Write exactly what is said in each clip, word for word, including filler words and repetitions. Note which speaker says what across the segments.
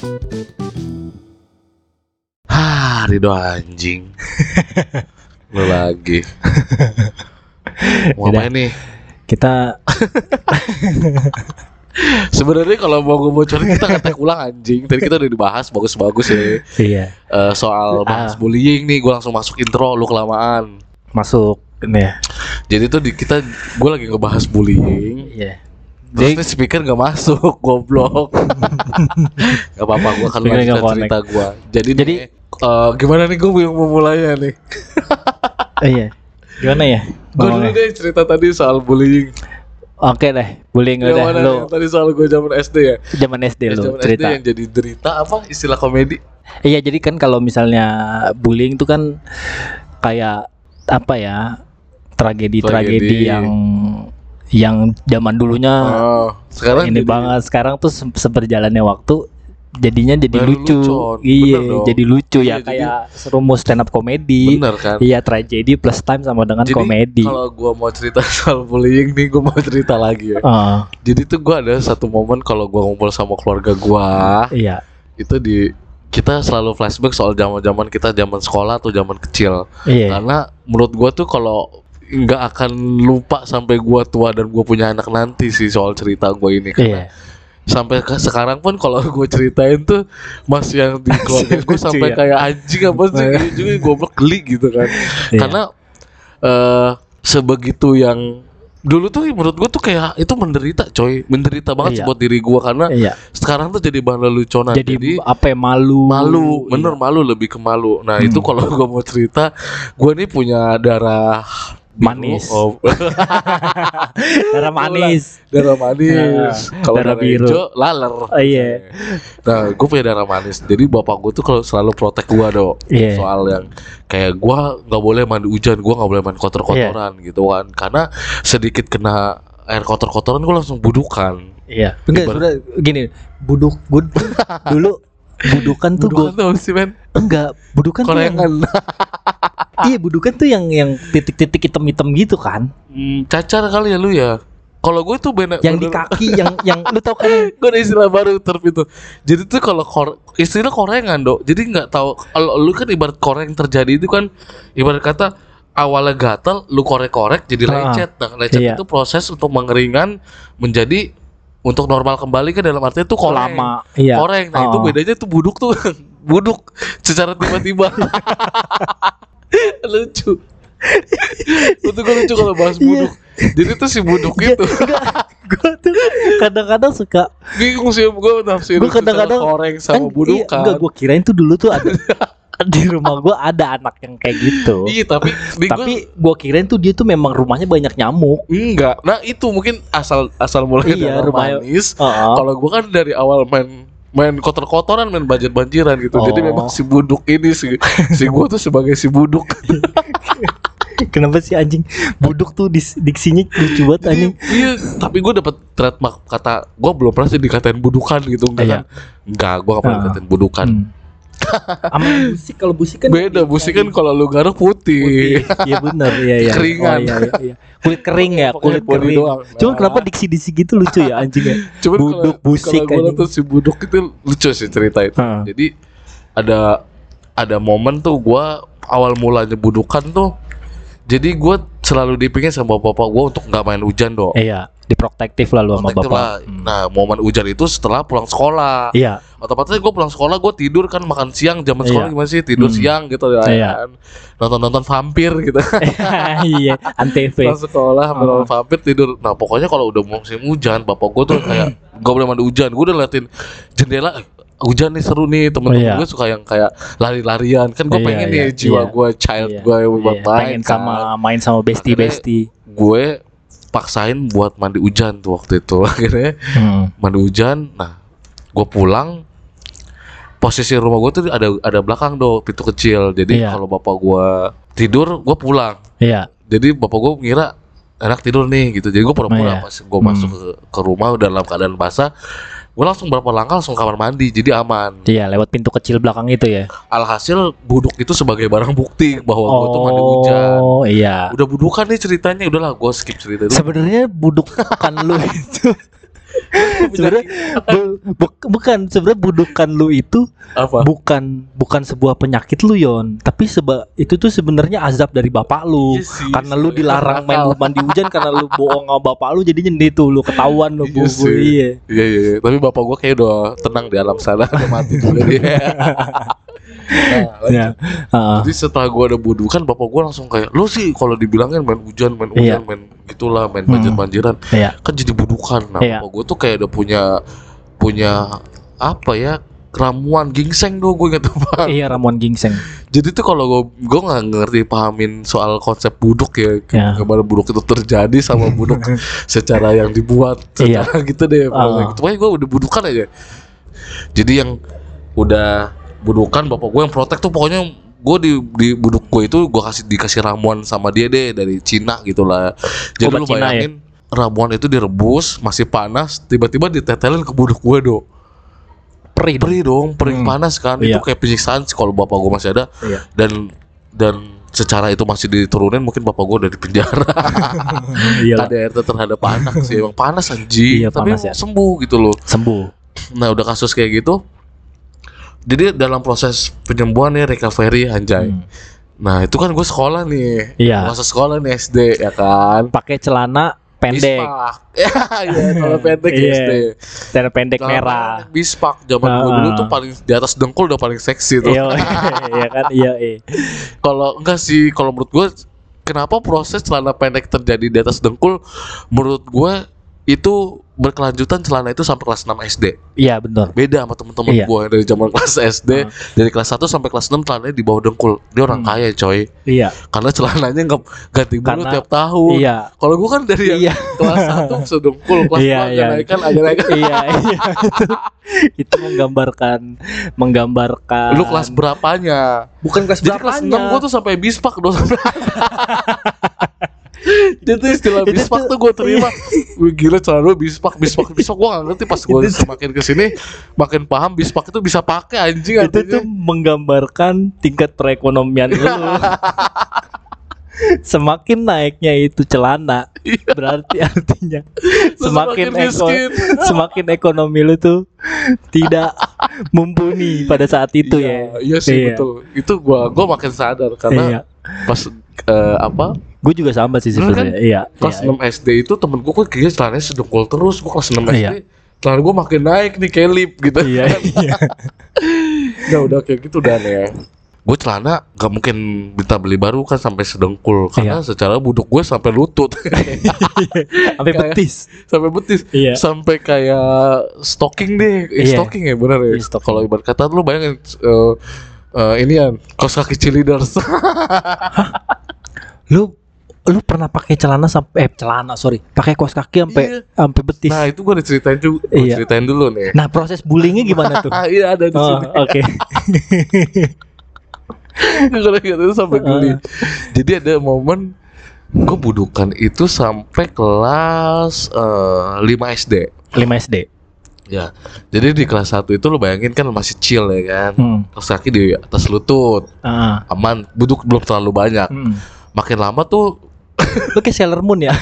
Speaker 1: Hah, Ridho anjing. Lu lagi. Mau
Speaker 2: Udah.
Speaker 1: main nih?
Speaker 2: Kita
Speaker 1: Sebenarnya kalau mau gue bocorin kita ngetek ulang anjing. Tadi kita udah dibahas bagus-bagus ya.
Speaker 2: iya
Speaker 1: Eh, soal bahas
Speaker 2: Ah.
Speaker 1: bullying nih, gue langsung masuk intro, lu kelamaan.
Speaker 2: masuk ini ya.
Speaker 1: Jadi tuh di kita, gue lagi ngebahas bullying.
Speaker 2: Iya.
Speaker 1: Terus
Speaker 2: Jadi-
Speaker 1: nih speaker gak masuk, goblok. Gak apa-apa, gue akan
Speaker 2: Speaker nggak
Speaker 1: lanjutkan cerita gue. Jadi,
Speaker 2: Jadi-
Speaker 1: nih, eh, gimana nih gue bingung memulainya nih.
Speaker 2: Oh, iya. Gimana ya?
Speaker 1: Gue dulu
Speaker 2: ngomongnya?
Speaker 1: deh cerita tadi soal bullying.
Speaker 2: Oke deh, bullying
Speaker 1: Yang
Speaker 2: udah
Speaker 1: mana
Speaker 2: lu
Speaker 1: yang tadi soal gue zaman S D ya.
Speaker 2: zaman S D lu
Speaker 1: Zaman S D
Speaker 2: cerita.
Speaker 1: yang jadi derita apa istilah komedi?
Speaker 2: Iya, jadi kan kalau misalnya bullying itu kan kayak apa ya? Tragedi-tragedi
Speaker 1: Tragedi.
Speaker 2: yang yang zaman dulunya
Speaker 1: Oh, sekarang
Speaker 2: ini
Speaker 1: jadi-
Speaker 2: banget. Sekarang tuh se- seberjalannya waktu jadinya jadi
Speaker 1: Baru
Speaker 2: lucu.
Speaker 1: lucon.
Speaker 2: Iya,
Speaker 1: Bener dong.
Speaker 2: jadi lucu
Speaker 1: Iya,
Speaker 2: ya
Speaker 1: jadi-
Speaker 2: kayak serumus stand up comedy.
Speaker 1: Bener kan?
Speaker 2: Iya, tragedi plus time sama dengan
Speaker 1: Jadi
Speaker 2: komedi.
Speaker 1: kalau gue mau cerita soal bullying nih, gue mau cerita lagi ya.
Speaker 2: Ah,
Speaker 1: Jadi tuh gue ada satu momen kalau gue ngumpul sama keluarga gue,
Speaker 2: iya.
Speaker 1: itu di kita selalu flashback soal zaman-zaman kita zaman sekolah atau zaman kecil.
Speaker 2: Iya.
Speaker 1: Karena menurut gue tuh kalau nggak akan lupa sampai gue tua dan gue punya anak nanti sih soal cerita gue ini. Karena
Speaker 2: Iya.
Speaker 1: sampai ke sekarang pun kalau gue ceritain tuh masih yang di keluarga gue
Speaker 2: Lucu
Speaker 1: sampai
Speaker 2: ya?
Speaker 1: kayak anjing apa sih
Speaker 2: Iya.
Speaker 1: juga goblok geli gitu kan.
Speaker 2: Iya.
Speaker 1: Karena eh sebegitu yang dulu tuh menurut gue tuh kayak itu menderita coy, menderita banget
Speaker 2: Iya.
Speaker 1: buat diri gue karena
Speaker 2: Iya.
Speaker 1: sekarang tuh jadi bahan leluconan.
Speaker 2: Jadi,
Speaker 1: Jadi,
Speaker 2: apa ya, malu.
Speaker 1: malu, bener
Speaker 2: Iya.
Speaker 1: malu lebih ke malu. Nah itu
Speaker 2: Hmm.
Speaker 1: kalau gue mau cerita, gue nih punya darah biru.
Speaker 2: Manis.
Speaker 1: Oh,
Speaker 2: Darah manis.
Speaker 1: darah manis. Kalau
Speaker 2: darah
Speaker 1: darah
Speaker 2: biru.
Speaker 1: hijau laler.
Speaker 2: Oh, iya.
Speaker 1: Nah, gue punya darah manis. Jadi bapak gue tuh kalau selalu protek gue dong.
Speaker 2: Iya.
Speaker 1: Soal yang kayak gue nggak boleh mandi hujan, gue nggak boleh main kotor-kotoran
Speaker 2: Iya.
Speaker 1: gitu kan. Karena sedikit kena air kotor-kotoran gue langsung budukan.
Speaker 2: Iya. Enggak,
Speaker 1: Ibarat-
Speaker 2: sudah gini, buduk bud dulu budukan tuh gue
Speaker 1: Budukan tuh apa sih men?
Speaker 2: enggak, budukan tuh yang
Speaker 1: Korengan.
Speaker 2: iya, budukan tuh yang yang titik-titik hitam-hitam gitu kan.
Speaker 1: Hmm, cacar kali ya lu ya. Kalau gue tuh bener
Speaker 2: Yang di kaki yang yang lu tau kan yang-
Speaker 1: gue ada istilah baru terp itu. Jadi tuh kalau kor- istilah korengan dok. Jadi nggak tahu kalau lu kan ibarat koreng terjadi itu kan ibarat kata awalnya gatal, lu korek-korek jadi
Speaker 2: Ah,
Speaker 1: lecet. Nah lecet
Speaker 2: iya.
Speaker 1: itu proses untuk mengeringan menjadi untuk normal kembali kan dalam artinya itu koreng.
Speaker 2: lama. Iya.
Speaker 1: Koreng. Nah itu
Speaker 2: Oh.
Speaker 1: bedanya tuh buduk tuh buduk secara tiba-tiba. Lucu. Itu gue lucu kalau bahas
Speaker 2: Iya.
Speaker 1: buduk. Jadi tuh si buduk itu
Speaker 2: Gue tuh kadang-kadang suka
Speaker 1: bingung sih gue nafsirin
Speaker 2: Gua kadang-kadang
Speaker 1: antara koreng sama
Speaker 2: kan,
Speaker 1: budukan.
Speaker 2: iya, enggak, gue kirain tuh dulu tuh ada di rumah gue ada anak yang kayak gitu.
Speaker 1: Iya tapi di
Speaker 2: Tapi gue kirain tuh dia tuh memang rumahnya banyak nyamuk.
Speaker 1: gua, enggak. Nah itu mungkin asal asal mulai
Speaker 2: Iya,
Speaker 1: dari
Speaker 2: rumahnya-
Speaker 1: manis.
Speaker 2: Heeh.
Speaker 1: Kalau gue kan dari awal main main kotor-kotoran, main banjir-banjiran gitu. Jadi
Speaker 2: Oh.
Speaker 1: memang si buduk ini si si gue tuh sebagai si buduk.
Speaker 2: Kenapa sih anjing buduk tuh dis- diksinya lucu banget
Speaker 1: Jadi,
Speaker 2: anjing.
Speaker 1: iya, tapi gue dapat trademark kata gue belum pernah sih dikatain budukan gitu enggak
Speaker 2: Iya.
Speaker 1: kan? Enggak, gue gak pernah
Speaker 2: Ah.
Speaker 1: dikatain budukan.
Speaker 2: Hmm. Sama busik, kalau busik kan
Speaker 1: Beda, busik kan kalau lu garuk putih.
Speaker 2: putih. Iya benar, iya iya.
Speaker 1: Keringan.
Speaker 2: Oh, iya, iya, iya. Kulit kering ya,
Speaker 1: Pokoknya
Speaker 2: kulit
Speaker 1: body
Speaker 2: kering.
Speaker 1: doang.
Speaker 2: Cuma
Speaker 1: Nah.
Speaker 2: kenapa diksi-diksi gitu lucu ya anjingnya?
Speaker 1: Cuman
Speaker 2: Buduk,
Speaker 1: kalau
Speaker 2: busik
Speaker 1: kalau gue
Speaker 2: anjing.
Speaker 1: nonton si buduk itu lucu sih cerita itu.
Speaker 2: Heeh.
Speaker 1: Jadi ada ada momen tuh gue awal mulanya budukan tuh. Jadi gue selalu dipingin sama bapak gue untuk nggak main hujan dong.
Speaker 2: Iya, diprotektif lah lu sama
Speaker 1: Protektif
Speaker 2: bapak.
Speaker 1: lah.
Speaker 2: Hmm.
Speaker 1: Nah momen hujan itu setelah pulang sekolah.
Speaker 2: Iya.
Speaker 1: Otomatis gue pulang sekolah gue tidur kan makan siang zaman sekolah
Speaker 2: Iya.
Speaker 1: gimana sih tidur
Speaker 2: Hmm.
Speaker 1: siang gitu ya
Speaker 2: Iya.
Speaker 1: kan. Nonton-nonton vampir gitu.
Speaker 2: Iya, antv.
Speaker 1: Pulang sekolah
Speaker 2: Oh.
Speaker 1: nonton vampir tidur. Nah pokoknya kalau udah musim hujan bapak gue tuh kayak gak boleh mandi hujan. Gue udah liatin jendela. eh, Hujan nih seru nih temen-temen
Speaker 2: Iya.
Speaker 1: gue suka yang kayak lari-larian kan gue
Speaker 2: Iya,
Speaker 1: pengen
Speaker 2: iya,
Speaker 1: nih jiwa
Speaker 2: iya.
Speaker 1: gue child
Speaker 2: Iya,
Speaker 1: gue buat
Speaker 2: iya,
Speaker 1: main
Speaker 2: pengen
Speaker 1: kan.
Speaker 2: sama main sama bestie-bestie.
Speaker 1: Gue paksain buat mandi hujan tuh waktu itu akhirnya
Speaker 2: Hmm.
Speaker 1: mandi hujan. Nah gue pulang posisi rumah gue tuh ada ada belakang do pintu kecil jadi
Speaker 2: Iya.
Speaker 1: kalau bapak gue tidur gue pulang
Speaker 2: Iya.
Speaker 1: jadi bapak gue ngira enak tidur nih gitu jadi gue pura-pura
Speaker 2: Iya.
Speaker 1: pas gue
Speaker 2: Hmm.
Speaker 1: masuk ke, ke rumah udah dalam keadaan basah gue langsung berapa langkah langsung kamar mandi jadi aman.
Speaker 2: Iya, lewat pintu kecil belakang itu ya.
Speaker 1: Alhasil buduk itu sebagai barang bukti bahwa gue tuh mandi hujan.
Speaker 2: Oh, iya.
Speaker 1: Udah budukan nih ceritanya, udahlah gue skip cerita itu.
Speaker 2: Sebenarnya budukan lu itu Sebenarnya bu- bu- bukan sebenarnya budukan lu itu
Speaker 1: Apa?
Speaker 2: bukan bukan sebuah penyakit lu Yon, tapi seba itu tuh sebenarnya azab dari bapak lu.
Speaker 1: Iya sih,
Speaker 2: Karena lu
Speaker 1: sebenarnya
Speaker 2: dilarang main
Speaker 1: nakal.
Speaker 2: mandi hujan karena lu bohong sama bapak lu, jadinya nih tuh lu ketahuan lu
Speaker 1: Iya
Speaker 2: bu, bu,
Speaker 1: sih.
Speaker 2: iya.
Speaker 1: Iya iya iya. Tapi bapak gua kayak udah tenang di alam sana, udah mati juga dia. Nah,
Speaker 2: Ya. Heeh.
Speaker 1: jadi setelah gua ada budukan, bapak gua langsung kayak, lu sih kalau dibilangin main hujan, main hujan,
Speaker 2: Iya.
Speaker 1: main gitulah, main
Speaker 2: Hmm.
Speaker 1: banjir-banjiran,
Speaker 2: Iya.
Speaker 1: kan jadi budukan. Nah,
Speaker 2: Iya.
Speaker 1: bapak gua tuh kayak udah punya punya apa ya? Ramuan ginseng tuh gue inget tuh bang.
Speaker 2: Iya, ramuan ginseng.
Speaker 1: Jadi tuh kalau gue gue nggak ngerti pahamin soal konsep buduk ya,
Speaker 2: Ya.
Speaker 1: gimana buduk itu terjadi sama buduk secara yang dibuat,
Speaker 2: Iya.
Speaker 1: secara gitu deh.
Speaker 2: Ah.
Speaker 1: Gitu. Pokoknya gue udah budukan aja. Jadi yang udah budukan bapak gue yang protek tuh pokoknya gue di di buduk gue itu gue kasih dikasih ramuan sama dia deh dari Cina gitulah. Jadi
Speaker 2: Obat
Speaker 1: lu
Speaker 2: Cina ya?
Speaker 1: bayangin ramuan itu direbus masih panas, tiba-tiba ditetelin ke buduk gue do.
Speaker 2: Perih.
Speaker 1: Perih dong, perih
Speaker 2: Hmm.
Speaker 1: panas kan.
Speaker 2: Iya.
Speaker 1: Itu kayak penyiksaan sih kalau bapak gue masih ada.
Speaker 2: Iya.
Speaker 1: Dan dan secara itu masih diturunin, mungkin bapak gue udah di penjara.
Speaker 2: Iya.
Speaker 1: K D R T terhadap anak sih emang panas anjing.
Speaker 2: Iya,
Speaker 1: Tapi
Speaker 2: panas ya.
Speaker 1: sembuh gitu loh.
Speaker 2: Sembuh.
Speaker 1: Nah udah kasus kayak gitu, jadi dalam proses penyembuhan nih, recovery anjay.
Speaker 2: Hmm.
Speaker 1: Nah itu kan gue sekolah nih,
Speaker 2: Iya.
Speaker 1: masa sekolah nih S D ya kan.
Speaker 2: Pakai celana pendek,
Speaker 1: Bispak. Ya iya kalau pendek
Speaker 2: Iya.
Speaker 1: S D.
Speaker 2: celana pendek
Speaker 1: Celana
Speaker 2: merah.
Speaker 1: pendek Bispak zaman gue
Speaker 2: Ah.
Speaker 1: dulu tuh paling di atas dengkul udah paling seksi tuh.
Speaker 2: Iya, iya kan, iya, iya.
Speaker 1: Kalau enggak sih, kalau menurut gue kenapa proses celana pendek terjadi di atas dengkul, menurut gue itu berkelanjutan celana itu sampai kelas enam S D.
Speaker 2: Iya, benar.
Speaker 1: Beda sama temen-temen
Speaker 2: Iya.
Speaker 1: gue yang dari zaman kelas S D, dari kelas satu sampai kelas enam celananya di bawah dengkul. Dia orang
Speaker 2: Hmm.
Speaker 1: kaya coy,
Speaker 2: Iya.
Speaker 1: karena celananya nggak ganti mulu
Speaker 2: Karena-
Speaker 1: tiap tahun.
Speaker 2: Iya.
Speaker 1: Kalau gue kan dari yang
Speaker 2: Iya.
Speaker 1: kelas satu sedengkul, kelas
Speaker 2: Iya,
Speaker 1: dua
Speaker 2: iya.
Speaker 1: agak naikkan, agak naikkan.
Speaker 2: Iya, iya. itu, itu menggambarkan menggambarkan
Speaker 1: Lu kelas berapanya?
Speaker 2: bukan kelas
Speaker 1: Jadi kelas enam gue tuh sampai bispak dong. Jadi istilah
Speaker 2: Itu
Speaker 1: bispak
Speaker 2: tuh-
Speaker 1: tuh gue terima. Wih gila celana lu bispak, bispak, bispak. Gue gak ngerti pas gue
Speaker 2: Itu tuh-
Speaker 1: semakin kesini makin paham bispak itu bisa pakai anjing
Speaker 2: itu
Speaker 1: artinya.
Speaker 2: tuh menggambarkan tingkat perekonomian lu. Semakin naiknya itu celana, berarti artinya
Speaker 1: Lu
Speaker 2: semakin
Speaker 1: semakin
Speaker 2: eko,
Speaker 1: miskin.
Speaker 2: semakin ekonomi lu tuh tidak mumpuni pada saat itu
Speaker 1: Iya,
Speaker 2: ya.
Speaker 1: Iya sih
Speaker 2: Iya.
Speaker 1: betul. Itu gua gua makin sadar karena
Speaker 2: Iya.
Speaker 1: pas eh, apa?
Speaker 2: Gue juga sama sih
Speaker 1: Bener
Speaker 2: sebenarnya.
Speaker 1: kan?
Speaker 2: Iya.
Speaker 1: Kelas
Speaker 2: iya.
Speaker 1: enam S D itu temen gua kok kayaknya celananya sedengkul terus. Gua kelas enam S D.
Speaker 2: Iya.
Speaker 1: Celana gua makin naik nih kayak lip gitu.
Speaker 2: Iya, iya.
Speaker 1: Nah udah kayak gitu dan ya. Gue celana gak mungkin minta beli baru kan sampai sedengkul karena
Speaker 2: Iya.
Speaker 1: secara buduk gue sampai lutut.
Speaker 2: Sampai
Speaker 1: Kayak-
Speaker 2: betis.
Speaker 1: Sampai betis.
Speaker 2: Iya.
Speaker 1: Sampai kayak stocking deh. Eh,
Speaker 2: Iya.
Speaker 1: Stocking ya benar ya.
Speaker 2: Iya, stocking.
Speaker 1: Kalau ibarat kata lu bayangin eh eh, ini ya kaos kaki cheerleaders.
Speaker 2: Lu lu pernah pakai celana sampai eh celana sorry pakai kaos kaki sampai
Speaker 1: Iya.
Speaker 2: sampai betis.
Speaker 1: Nah itu gue diceritain juga, gua
Speaker 2: Iya.
Speaker 1: ceritain dulu nih.
Speaker 2: Nah, proses bullyingnya gimana tuh?
Speaker 1: Ah, iya ada di
Speaker 2: Oh,
Speaker 1: sini.
Speaker 2: oke.
Speaker 1: Kalau gitu sampai geli.
Speaker 2: Ah.
Speaker 1: Jadi ada momen gue budukan itu sampai kelas eh, lima S D.
Speaker 2: lima S D.
Speaker 1: Ya. Jadi di kelas satu itu lo bayangin kan masih chill ya kan.
Speaker 2: Hmm.
Speaker 1: Kaos kaki di atas lutut,
Speaker 2: Ah.
Speaker 1: aman, buduk belum terlalu banyak.
Speaker 2: Hmm.
Speaker 1: Makin lama tuh
Speaker 2: Lu kayak Sailor Moon ya?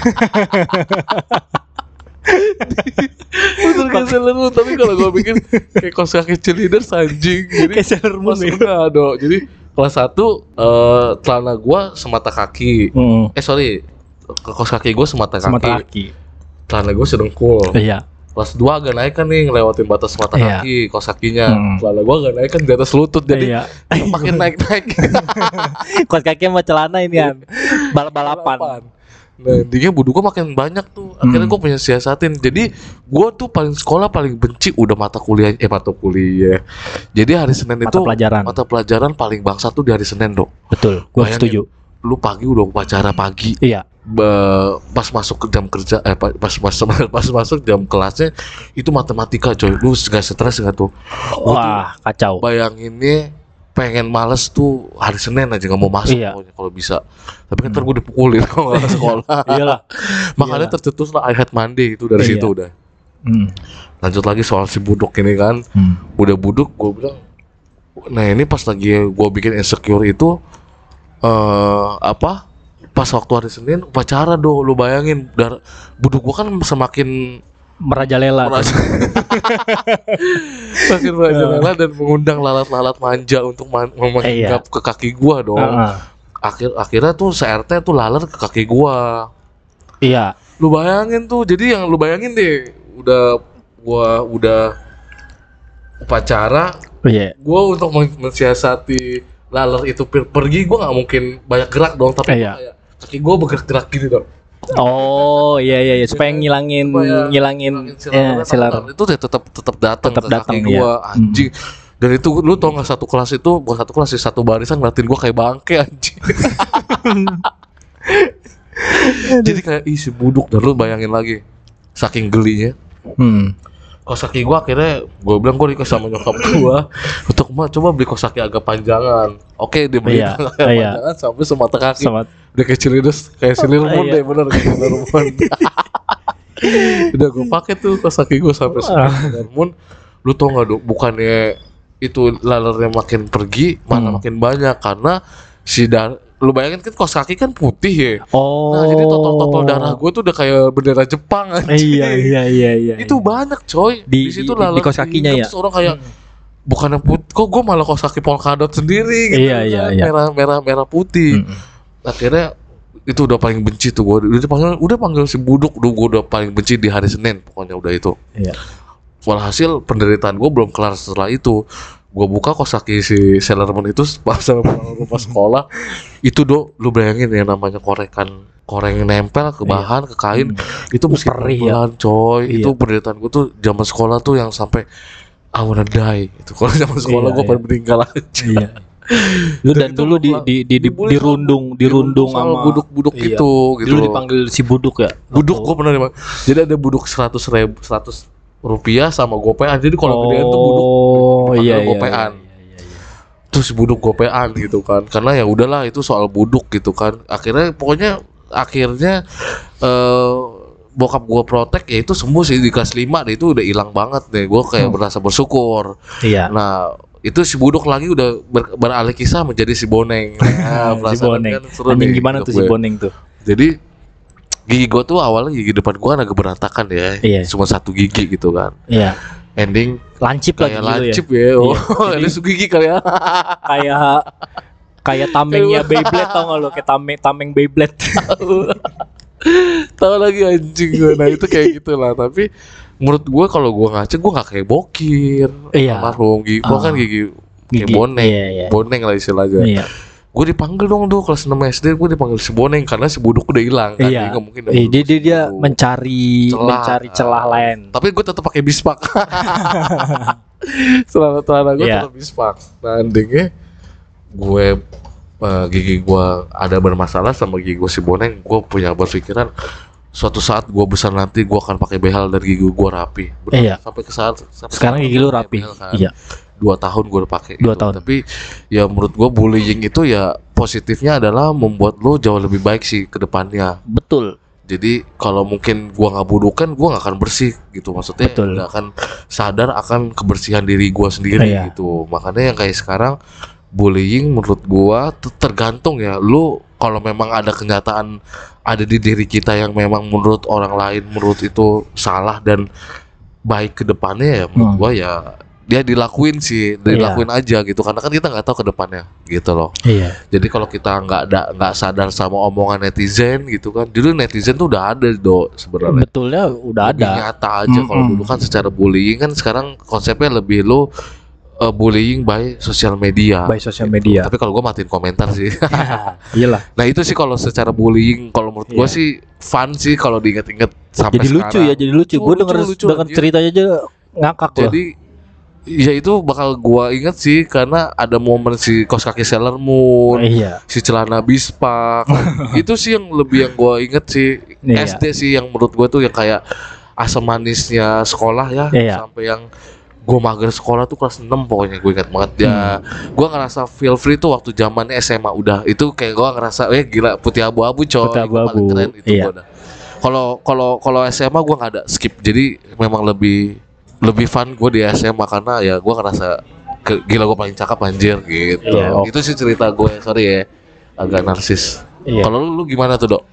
Speaker 1: bener kayak Sailor Moon, tapi kalau gue bikin kayak kaos kaki cheerleaders anjing. Jadi
Speaker 2: Kayak Sailor Moon
Speaker 1: pas
Speaker 2: ya?
Speaker 1: enggak dong. Jadi kelas satu eh celana gua semata kaki.
Speaker 2: Hmm.
Speaker 1: Eh sorry, ke kaos kaki gua semata kaki.
Speaker 2: Semata kaki.
Speaker 1: Celana gua sedengkul.
Speaker 2: Iya.
Speaker 1: Kelas dua agak naik kan nih ngelewatin batas mata
Speaker 2: Iya.
Speaker 1: kaki, kaos kakinya.
Speaker 2: Hmm.
Speaker 1: Celana gua agak naik kan di atas lutut jadi
Speaker 2: Iya.
Speaker 1: makin naik-naik.
Speaker 2: Kaos kaki sama celana ini kan. Balap-balapan.
Speaker 1: Nah, dia buduk gua makin banyak tuh. Akhirnya
Speaker 2: Hmm.
Speaker 1: gua punya siasatin. Jadi gua tuh paling sekolah paling benci udah mata kuliah eh mata kuliah. Jadi hari Senin
Speaker 2: Mata
Speaker 1: itu
Speaker 2: pelajaran.
Speaker 1: mata pelajaran paling bangsa tuh di hari Senin, Dok.
Speaker 2: Betul, gua
Speaker 1: Bayangin.
Speaker 2: setuju.
Speaker 1: Lu pagi udah upacara pagi.
Speaker 2: Iya.
Speaker 1: Be- pas masuk ke jam kerja eh pa- pas masuk pas masuk jam kelasnya itu matematika coy, lu gak stres gak tuh? Gua tuh
Speaker 2: Wah, kacau.
Speaker 1: bayanginnya pengen males tuh hari Senin aja nggak mau masuk
Speaker 2: Iya.
Speaker 1: pokoknya kalau bisa, tapi kan ntar gue dipukulin kalau nggak sekolah.
Speaker 2: Iyalah.
Speaker 1: Makanya
Speaker 2: Iyalah.
Speaker 1: tercetus lah I hate Monday itu dari
Speaker 2: Iya.
Speaker 1: situ udah.
Speaker 2: Hmm.
Speaker 1: Lanjut lagi soal si budok ini kan,
Speaker 2: Hmm.
Speaker 1: udah buduk gue bilang, nah ini pas lagi gue bikin insecure itu eh apa? Pas waktu hari Senin upacara do, lu bayangin dar buduk gua kan semakin
Speaker 2: merajalela.
Speaker 1: Merasa makin merajalela dan mengundang lalat-lalat manja untuk man- menginggap ke kaki gua dong.
Speaker 2: Uh-uh.
Speaker 1: Akhir akhirnya tuh se R T tuh lalat ke kaki gua.
Speaker 2: Iya.
Speaker 1: Lu bayangin tuh, jadi yang lu bayangin deh, udah gua udah upacara,
Speaker 2: Iya.
Speaker 1: gua untuk men- mensiasati lalat itu per- pergi, gua nggak mungkin banyak gerak dong, tapi
Speaker 2: Iya.
Speaker 1: kayak kaki gua bergerak-gerak gitu dong.
Speaker 2: Oh iya iya iya supaya ngilangin
Speaker 1: Supaya
Speaker 2: ngilangin
Speaker 1: ngilangin
Speaker 2: ya, silar.
Speaker 1: itu deh tetap tetap datang
Speaker 2: Tetap
Speaker 1: ke
Speaker 2: datang,
Speaker 1: kaki gua,
Speaker 2: iya.
Speaker 1: anjing. Dan itu lu tau nggak, satu kelas itu bukan satu kelas sih, satu barisan ngeliatin gua kayak bangke anjing. Jadi kayak ih si buduk, dan lu bayangin lagi saking gelinya.
Speaker 2: Hmm.
Speaker 1: Kosaki gua akhirnya gua bilang gua dikasih sama nyokap gua untuk mah coba beli kosaki agak panjangan. Oke, dia beli
Speaker 2: Iya,
Speaker 1: agak
Speaker 2: iya.
Speaker 1: panjangan sampai semata kaki.
Speaker 2: Sama
Speaker 1: Udah kayak Cilidus, kayak Silirmun
Speaker 2: Iya.
Speaker 1: deh, bener kayak Silirmun. Udah gue pakai tuh kosaki gue sampai Silirmun. Lu tau nggak dok, bukannya itu lalernya makin pergi, malah
Speaker 2: Hmm.
Speaker 1: makin banyak karena si dar. Lu bayangin kan kos kaki kan putih ya.
Speaker 2: Oh.
Speaker 1: Nah jadi total-total darah gue tuh udah kayak bendera Jepang aja.
Speaker 2: Iya iya iya iya.
Speaker 1: Itu banyak coy.
Speaker 2: Di-
Speaker 1: Di situ
Speaker 2: di-
Speaker 1: lalat
Speaker 2: di kos kakinya ya?
Speaker 1: terus orang kayak bukannya putih, kok gue malah kos kaki polkadot sendiri gitu.
Speaker 2: Iya,
Speaker 1: kan.
Speaker 2: iya, iya.
Speaker 1: Merah merah merah putih.
Speaker 2: Mm-mm.
Speaker 1: Akhirnya itu udah paling benci tuh gue. Udah panggil udah panggil si buduk, udah gue udah paling benci di hari Senin pokoknya udah itu.
Speaker 2: Iya.
Speaker 1: Walhasil penderitaan gue belum kelar setelah itu. Gue buka kos kaki si Sailorman itu pas sama rumah sekolah. Itu do, lu bayangin ya namanya korekan koreng nempel ke bahan, ke kain, itu mesti
Speaker 2: Perih ya.
Speaker 1: pelan coy.
Speaker 2: Iya.
Speaker 1: Itu penderitaan gue tuh zaman sekolah tuh yang sampai I wanna die. Itu kalau zaman sekolah
Speaker 2: Iya,
Speaker 1: gue
Speaker 2: iya.
Speaker 1: pengen meninggal aja.
Speaker 2: Iya. Lu dan
Speaker 1: itu
Speaker 2: dulu di
Speaker 1: bakal
Speaker 2: di di, di
Speaker 1: dibully
Speaker 2: dirundung
Speaker 1: sama-
Speaker 2: dirundung
Speaker 1: sama
Speaker 2: sama
Speaker 1: buduk-buduk
Speaker 2: Iya.
Speaker 1: gitu gitu.
Speaker 2: Dulu
Speaker 1: loh.
Speaker 2: dipanggil si buduk ya.
Speaker 1: Buduk gue pernah dipanggil. Jadi ada buduk seratus ribu seratus rupiah sama gopean. Jadi kalau gedean tuh buduk
Speaker 2: Oh
Speaker 1: dipanggil
Speaker 2: iya iya.
Speaker 1: gopean.
Speaker 2: iya, iya, iya.
Speaker 1: Terus buduk gopean gitu kan, karena ya udahlah itu soal buduk gitu kan. Akhirnya pokoknya akhirnya eh bokap gua protek ya itu sembuh sih di kelas lima deh, itu udah hilang banget deh. Gua kayak
Speaker 2: Hmm.
Speaker 1: berasa bersyukur.
Speaker 2: Iya.
Speaker 1: Nah itu si buduk lagi udah ber- beralih kisah menjadi si boneng. Nah,
Speaker 2: si
Speaker 1: perasaan
Speaker 2: boneng.
Speaker 1: kan seru
Speaker 2: Anjing
Speaker 1: nih
Speaker 2: gimana
Speaker 1: hidup
Speaker 2: tuh si
Speaker 1: gue.
Speaker 2: boneng tuh?
Speaker 1: Jadi gigi gua tuh awalnya gigi depan gua kan agak berantakan ya,
Speaker 2: Iya.
Speaker 1: cuma satu gigi gitu kan.
Speaker 2: Iya.
Speaker 1: Ending
Speaker 2: Lancip lagi
Speaker 1: kayak
Speaker 2: gitu
Speaker 1: lancip
Speaker 2: ya.
Speaker 1: ya. Oh,
Speaker 2: Iya.
Speaker 1: ada gigi kali ya.
Speaker 2: Kayak kayak tamengnya Beyblade tau gak lo? Kayak tameng tameng Beyblade.
Speaker 1: Tahu lagi anjing gue. Nah itu kayak gitulah. Tapi menurut gue kalau gue ngaca gue nggak kayak bokir.
Speaker 2: Iya.
Speaker 1: Almarhum gigi gue kan
Speaker 2: Ah.
Speaker 1: gigi kayak
Speaker 2: Gigi,
Speaker 1: boneng.
Speaker 2: iya, iya.
Speaker 1: Boneng lah istilahnya.
Speaker 2: Iya.
Speaker 1: Gue dipanggil dong tuh kelas enam S D, gue dipanggil si boneng karena si buduk udah hilang kan. Jadi
Speaker 2: Iya.
Speaker 1: nggak mungkin.
Speaker 2: Eh, dia dia, dia
Speaker 1: Buduk.
Speaker 2: mencari
Speaker 1: Celah.
Speaker 2: mencari celah lain.
Speaker 1: Tapi gue tetap pakai bispak. Celana-celana gue
Speaker 2: Iya.
Speaker 1: tetap bispak. Nah endingnya gue eh, gigi gue ada bermasalah sama gigi gue si boneng. Gue punya berpikiran suatu saat gue besar nanti gue akan pakai behel dan gigi gue rapi. Benar.
Speaker 2: Iya.
Speaker 1: Sampai ke saat sampai
Speaker 2: Sekarang
Speaker 1: sekarang
Speaker 2: gigi
Speaker 1: gue
Speaker 2: lu
Speaker 1: pakai
Speaker 2: rapi.
Speaker 1: behel kan.
Speaker 2: Iya.
Speaker 1: Dua tahun gue udah pakai.
Speaker 2: Dua
Speaker 1: gitu.
Speaker 2: tahun.
Speaker 1: Tapi ya menurut gue bullying itu ya positifnya adalah membuat lo jauh lebih baik sih ke depannya.
Speaker 2: Betul.
Speaker 1: Jadi kalau mungkin gua nggak budukan, gua nggak akan bersih gitu. Maksudnya
Speaker 2: Betul.
Speaker 1: nggak akan sadar akan kebersihan diri gua sendiri
Speaker 2: Iya.
Speaker 1: gitu. Makanya yang kayak sekarang bullying menurut gua tuh tergantung ya. Lu kalau memang ada kenyataan ada di diri kita yang memang menurut orang lain menurut itu salah dan baik ke depannya ya menurut
Speaker 2: Hmm.
Speaker 1: gua ya dia dilakuin sih, dilakuin aja gitu. Karena kan kita nggak tahu ke depannya gitu loh.
Speaker 2: Iya.
Speaker 1: Jadi kalau kita nggak ada nggak sadar sama omongan netizen gitu kan, dulu netizen tuh udah ada do sebenarnya.
Speaker 2: Betulnya udah
Speaker 1: Lebih
Speaker 2: ada.
Speaker 1: nyata aja kalau
Speaker 2: Mm-mm.
Speaker 1: dulu kan secara bullying kan sekarang konsepnya lebih lo uh, bullying by sosial media.
Speaker 2: By sosial
Speaker 1: gitu.
Speaker 2: media.
Speaker 1: Tapi kalau gue matiin komentar sih.
Speaker 2: Iyalah.
Speaker 1: Nah itu sih kalau secara bullying, kalau menurut gue
Speaker 2: Iya.
Speaker 1: sih fun sih kalau diinget-inget sampai
Speaker 2: Jadi lucu
Speaker 1: sekarang.
Speaker 2: ya, jadi lucu. Gue
Speaker 1: Lucu,
Speaker 2: denger
Speaker 1: lucu,
Speaker 2: denger
Speaker 1: anjir.
Speaker 2: ceritanya aja ngakak loh.
Speaker 1: Jadi ya itu bakal gua inget sih karena ada momen si kos kaki Sailor Moon,
Speaker 2: Iya.
Speaker 1: si celana bispak. Itu sih yang lebih yang gua inget sih.
Speaker 2: Iya.
Speaker 1: S D sih yang menurut gua tuh yang kayak asam manisnya sekolah ya,
Speaker 2: Iya.
Speaker 1: sampai yang gua mager sekolah tuh kelas enam pokoknya gue ingat banget ya.
Speaker 2: Hmm.
Speaker 1: Gua ngerasa feel free tuh waktu zamannya S M A udah. Itu kayak gua ngerasa eh gila putih abu-abu coy.
Speaker 2: Putih
Speaker 1: Gua paling
Speaker 2: abu-abu,
Speaker 1: keren itu
Speaker 2: iya.
Speaker 1: gua dah. Kalau kalau kalau S M A gua nggak ada skip. Jadi memang lebih lebih fun gue di S M A karena ya gue ngerasa ke, gila gue paling cakep anjir gitu.
Speaker 2: Iya, oh.
Speaker 1: Itu sih cerita gue, sorry ya, agak narsis.
Speaker 2: Iya.
Speaker 1: Kalau lu, lu gimana tuh dok?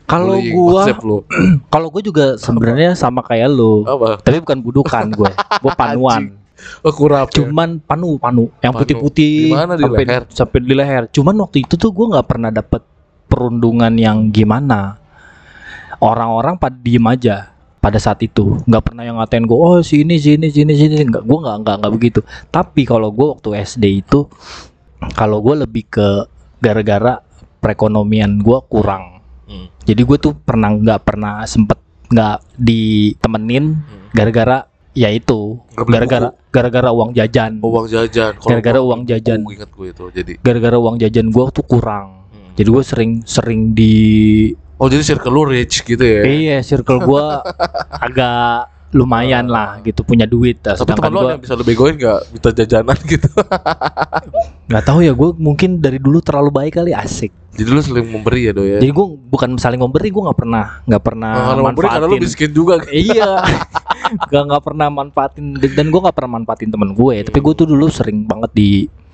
Speaker 2: Kalau
Speaker 1: bullying
Speaker 2: gua
Speaker 1: konsep lu.
Speaker 2: kalau gua juga sebenarnya sama kayak lu.
Speaker 1: Apa?
Speaker 2: Tapi bukan budukan gue. Gua panuan.
Speaker 1: Oh, kurap ya?
Speaker 2: Cuman panu panu yang
Speaker 1: Panu.
Speaker 2: putih-putih
Speaker 1: Di mana, di
Speaker 2: sampai
Speaker 1: leher?
Speaker 2: sampai di leher. Cuman waktu itu tuh gua nggak pernah dapet perundungan yang gimana. Orang-orang pada diem aja pada saat itu, nggak pernah yang ngatain gue, oh sini sini sini sini, nggak, gue nggak nggak nggak begitu. Tapi kalau gue waktu S D itu, kalau gue lebih ke gara-gara perekonomian gue kurang.
Speaker 1: Hmm.
Speaker 2: Jadi gue tuh pernah nggak pernah sempet nggak ditemenin gara-gara ya itu,
Speaker 1: Nggak beli
Speaker 2: gara-gara gara-gara uang jajan,
Speaker 1: Uang jajan. Kalau
Speaker 2: Gara-gara
Speaker 1: gua
Speaker 2: uang jajan.
Speaker 1: buku, ingat gue itu. Jadi.
Speaker 2: gara-gara uang jajan gue tuh kurang.
Speaker 1: Hmm.
Speaker 2: Jadi gue sering sering di
Speaker 1: Oh, jadi circle lu rich gitu ya?
Speaker 2: Iya, circle gua agak lumayan lah gitu, punya duit.
Speaker 1: Tapi
Speaker 2: Sedangkan
Speaker 1: teman lu
Speaker 2: gua
Speaker 1: ada yang bisa lu begoin nggak? Minta jajanan gitu.
Speaker 2: nggak tahu ya, gua mungkin dari dulu terlalu baik kali, asik.
Speaker 1: Jadi lu saling memberi ya, Do ya?
Speaker 2: Jadi gua bukan saling memberi, gua nggak pernah nggak pernah
Speaker 1: Nah, kalau memberi karena lu
Speaker 2: manfaatin.
Speaker 1: miskin juga.
Speaker 2: Iya, nggak nggak pernah manfaatin, dan gua nggak pernah manfaatin temen gue. Tapi gua tuh dulu sering banget di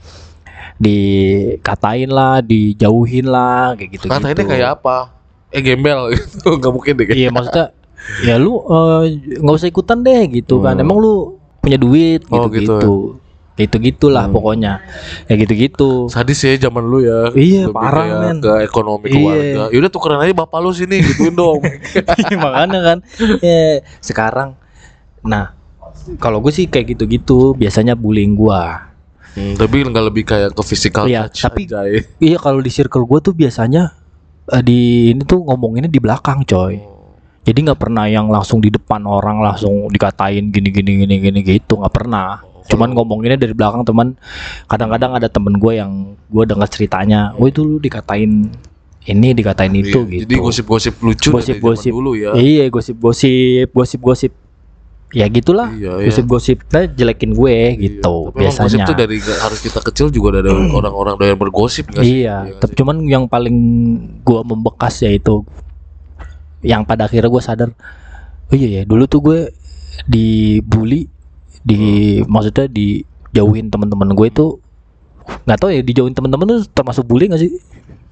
Speaker 2: dikatain lah, dijauhin lah, kayak gitu.
Speaker 1: Kata ini kayak apa? Eh gembel gitu. Nggak mungkin deh.
Speaker 2: Iya, maksudnya ya lu eh, nggak usah ikutan deh gitu kan.
Speaker 1: Hmm.
Speaker 2: Emang lu punya duit
Speaker 1: Oh,
Speaker 2: gitu-gitu.
Speaker 1: gitu
Speaker 2: Gitu gitulah
Speaker 1: Hmm.
Speaker 2: pokoknya. Ya gitu-gitu.
Speaker 1: Sadis ya zaman lu ya.
Speaker 2: Iya,
Speaker 1: Lebih
Speaker 2: parah,
Speaker 1: kayak
Speaker 2: men.
Speaker 1: ke ekonomi
Speaker 2: Iya.
Speaker 1: keluarga. Yaudah tukeran aja bapak lu sini, gituin dong.
Speaker 2: Makanya kan. Ya, sekarang nah, kalau gue sih kayak gitu-gitu biasanya bullying gua.
Speaker 1: Hmm, tapi nggak lebih kayak ke physical
Speaker 2: Iya,
Speaker 1: touch
Speaker 2: tapi-
Speaker 1: aja.
Speaker 2: Iya, kalau di circle gua tuh biasanya eh, di ini tuh ngomonginnya di belakang, coy. Jadi nggak pernah yang langsung di depan orang langsung dikatain gini gini gini gini gitu, nggak pernah. Cuman ngomonginnya dari belakang, teman. Kadang-kadang ada temen gue yang gue dengar ceritanya, oh itu lu dikatain ini, dikatain itu
Speaker 1: Iya,
Speaker 2: gitu.
Speaker 1: Jadi gosip-gosip lucu dari
Speaker 2: Gosip-gosip.
Speaker 1: zaman dulu ya.
Speaker 2: Iya, gosip-gosip, gosip-gosip. Ya gitulah.
Speaker 1: Iya, iya.
Speaker 2: Gosip-gosip nah, jelekin gue gitu
Speaker 1: Iya, tapi emang gosip
Speaker 2: biasanya.
Speaker 1: tuh dari nggak harus kita kecil juga ada orang-orang doyan bergosip nggak sih?
Speaker 2: Iya,
Speaker 1: nggak
Speaker 2: tapi
Speaker 1: sih?
Speaker 2: cuman yang paling gua membekas ya itu yang pada akhirnya gue sadar, oh iya ya, dulu tuh gue dibully, di maksudnya dijauhin teman-teman gue itu, nggak tahu ya, dijauhin teman-teman tuh termasuk bully nggak sih?